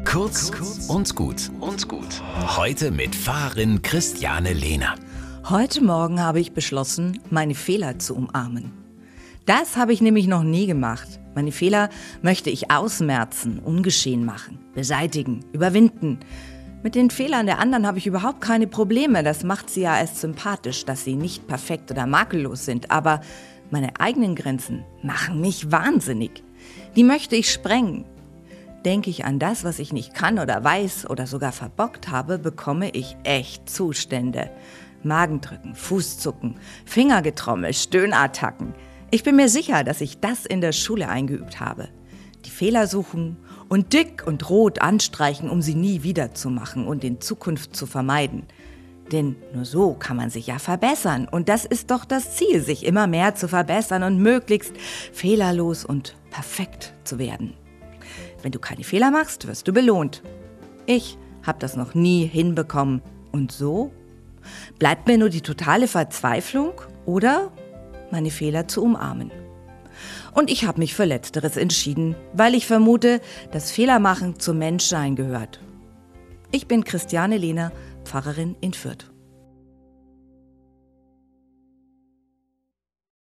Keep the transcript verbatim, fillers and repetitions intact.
Kurz und gut und gut. Heute mit Pfarrerin Christiane Lehner. Heute Morgen habe ich beschlossen, meine Fehler zu umarmen. Das habe ich nämlich noch nie gemacht. Meine Fehler möchte ich ausmerzen, ungeschehen machen, beseitigen, überwinden. Mit den Fehlern der anderen habe ich überhaupt keine Probleme. Das macht sie ja erst sympathisch, dass sie nicht perfekt oder makellos sind. Aber meine eigenen Grenzen machen mich wahnsinnig. Die möchte ich sprengen. Denke ich an das, was ich nicht kann oder weiß oder sogar verbockt habe, bekomme ich echt Zustände. Magendrücken, Fußzucken, Fingergetrommel, Stöhnattacken. Ich bin mir sicher, dass ich das in der Schule eingeübt habe. Die Fehler suchen und dick und rot anstreichen, um sie nie wieder zu machen und in Zukunft zu vermeiden. Denn nur so kann man sich ja verbessern. Und das ist doch das Ziel, sich immer mehr zu verbessern und möglichst fehlerlos und perfekt zu werden. Wenn du keine Fehler machst, wirst du belohnt. Ich habe das noch nie hinbekommen. Und so bleibt mir nur die totale Verzweiflung oder meine Fehler zu umarmen. Und ich habe mich für Letzteres entschieden, weil ich vermute, dass Fehlermachen zum Menschsein gehört. Ich bin Christiane Lehner, Pfarrerin in Fürth.